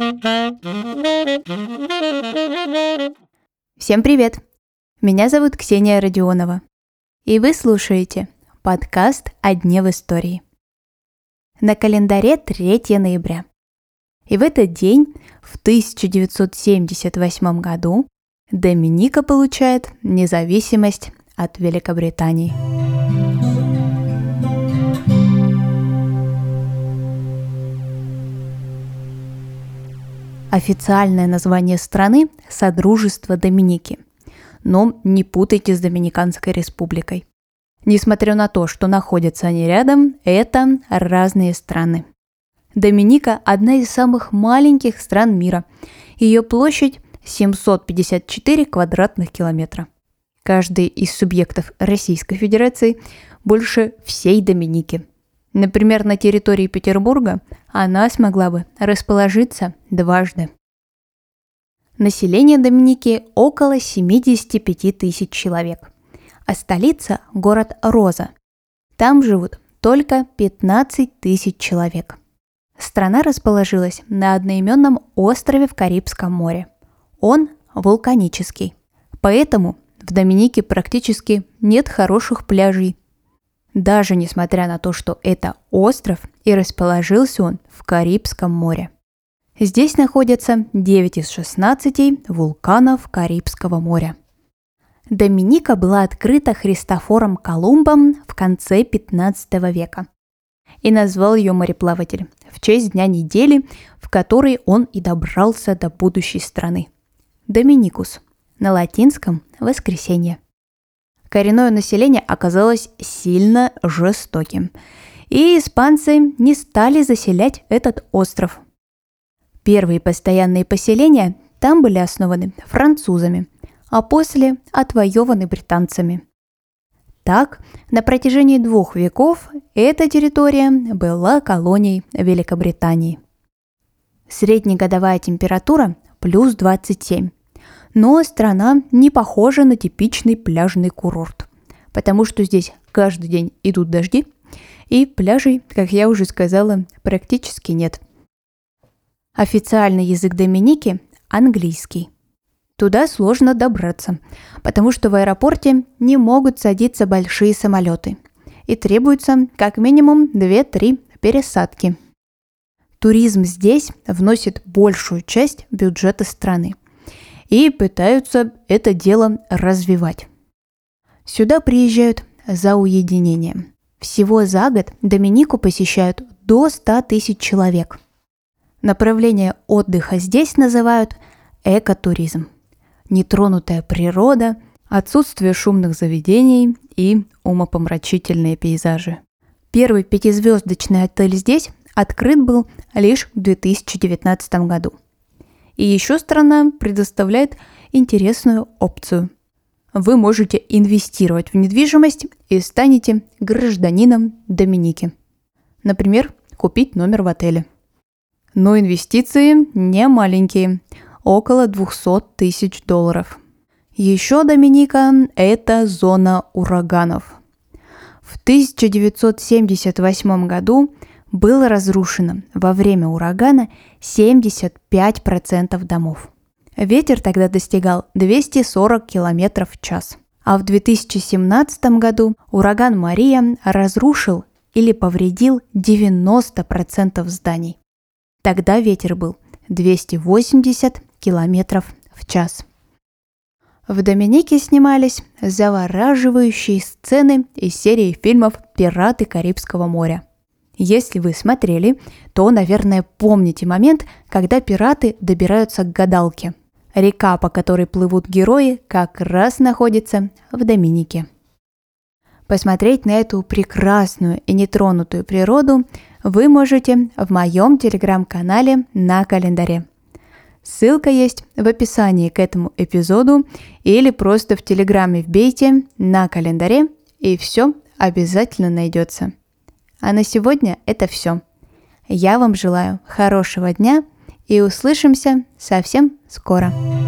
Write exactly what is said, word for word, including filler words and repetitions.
Всем привет! Меня зовут Ксения Родионова, и вы слушаете подкаст «О дне в истории». На календаре третьего ноября. И в этот день, в тысяча девятьсот семьдесят восьмом году, Доминика получает независимость от Великобритании. Официальное название страны – Содружество Доминики. Но не путайте с Доминиканской республикой. Несмотря на то, что находятся они рядом, это разные страны. Доминика – одна из самых маленьких стран мира. Ее площадь – семьсот пятьдесят четыре квадратных километра. Каждый из субъектов Российской Федерации больше всей Доминики. Например, на территории Петербурга она смогла бы расположиться дважды. Население Доминики около семьдесят пять тысяч человек, а столица – город Роза. Там живут только пятнадцать тысяч человек. Страна расположилась на одноименном острове в Карибском море. Он вулканический, поэтому в Доминике практически нет хороших пляжей. Даже несмотря на то, что это остров и расположился он в Карибском море. Здесь находятся девять из шестнадцати вулканов Карибского моря. Доминика была открыта Христофором Колумбом в конце пятнадцатого века. И назвал ее мореплаватель в честь дня недели, в который он и добрался до будущей страны. Доминикус, на латинском – воскресенье. Коренное население оказалось сильно жестоким, и испанцы не стали заселять этот остров. Первые постоянные поселения там были основаны французами, а после отвоеваны британцами. Так, на протяжении двух веков эта территория была колонией Великобритании. Среднегодовая температура – плюс двадцать семь. Но страна не похожа на типичный пляжный курорт, потому что здесь каждый день идут дожди, и пляжей, как я уже сказала, практически нет. Официальный язык Доминики – английский. Туда сложно добраться, потому что в аэропорте не могут садиться большие самолеты, и требуется как минимум две-три пересадки. Туризм здесь вносит большую часть бюджета страны, и пытаются это дело развивать. Сюда приезжают за уединением. Всего за год Доминику посещают до ста тысяч человек. Направление отдыха здесь называют экотуризм. Нетронутая природа, отсутствие шумных заведений и умопомрачительные пейзажи. Первый пятизвездочный отель здесь открыт был лишь в две тысячи девятнадцатом году. И еще страна предоставляет интересную опцию. Вы можете инвестировать в недвижимость и станете гражданином Доминики. Например, купить номер в отеле. Но инвестиции не маленькие, около двести тысяч долларов. Еще Доминика – это зона ураганов. В тысяча девятьсот семьдесят восьмом году было разрушено во время урагана семьдесят пять процентов домов. Ветер тогда достигал двести сорок километров в час. А в две тысячи семнадцатом году ураган Мария разрушил или повредил девяносто процентов зданий. Тогда ветер был двести восемьдесят километров в час. В Доминике снимались завораживающие сцены из серии фильмов «Пираты Карибского моря». Если вы смотрели, то, наверное, помните момент, когда пираты добираются к гадалке. Река, по которой плывут герои, как раз находится в Доминике. Посмотреть на эту прекрасную и нетронутую природу вы можете в моем телеграм-канале на календаре. Ссылка есть в описании к этому эпизоду или просто в телеграме вбейте на календаре, и все обязательно найдется. А на сегодня это все. Я вам желаю хорошего дня и услышимся совсем скоро.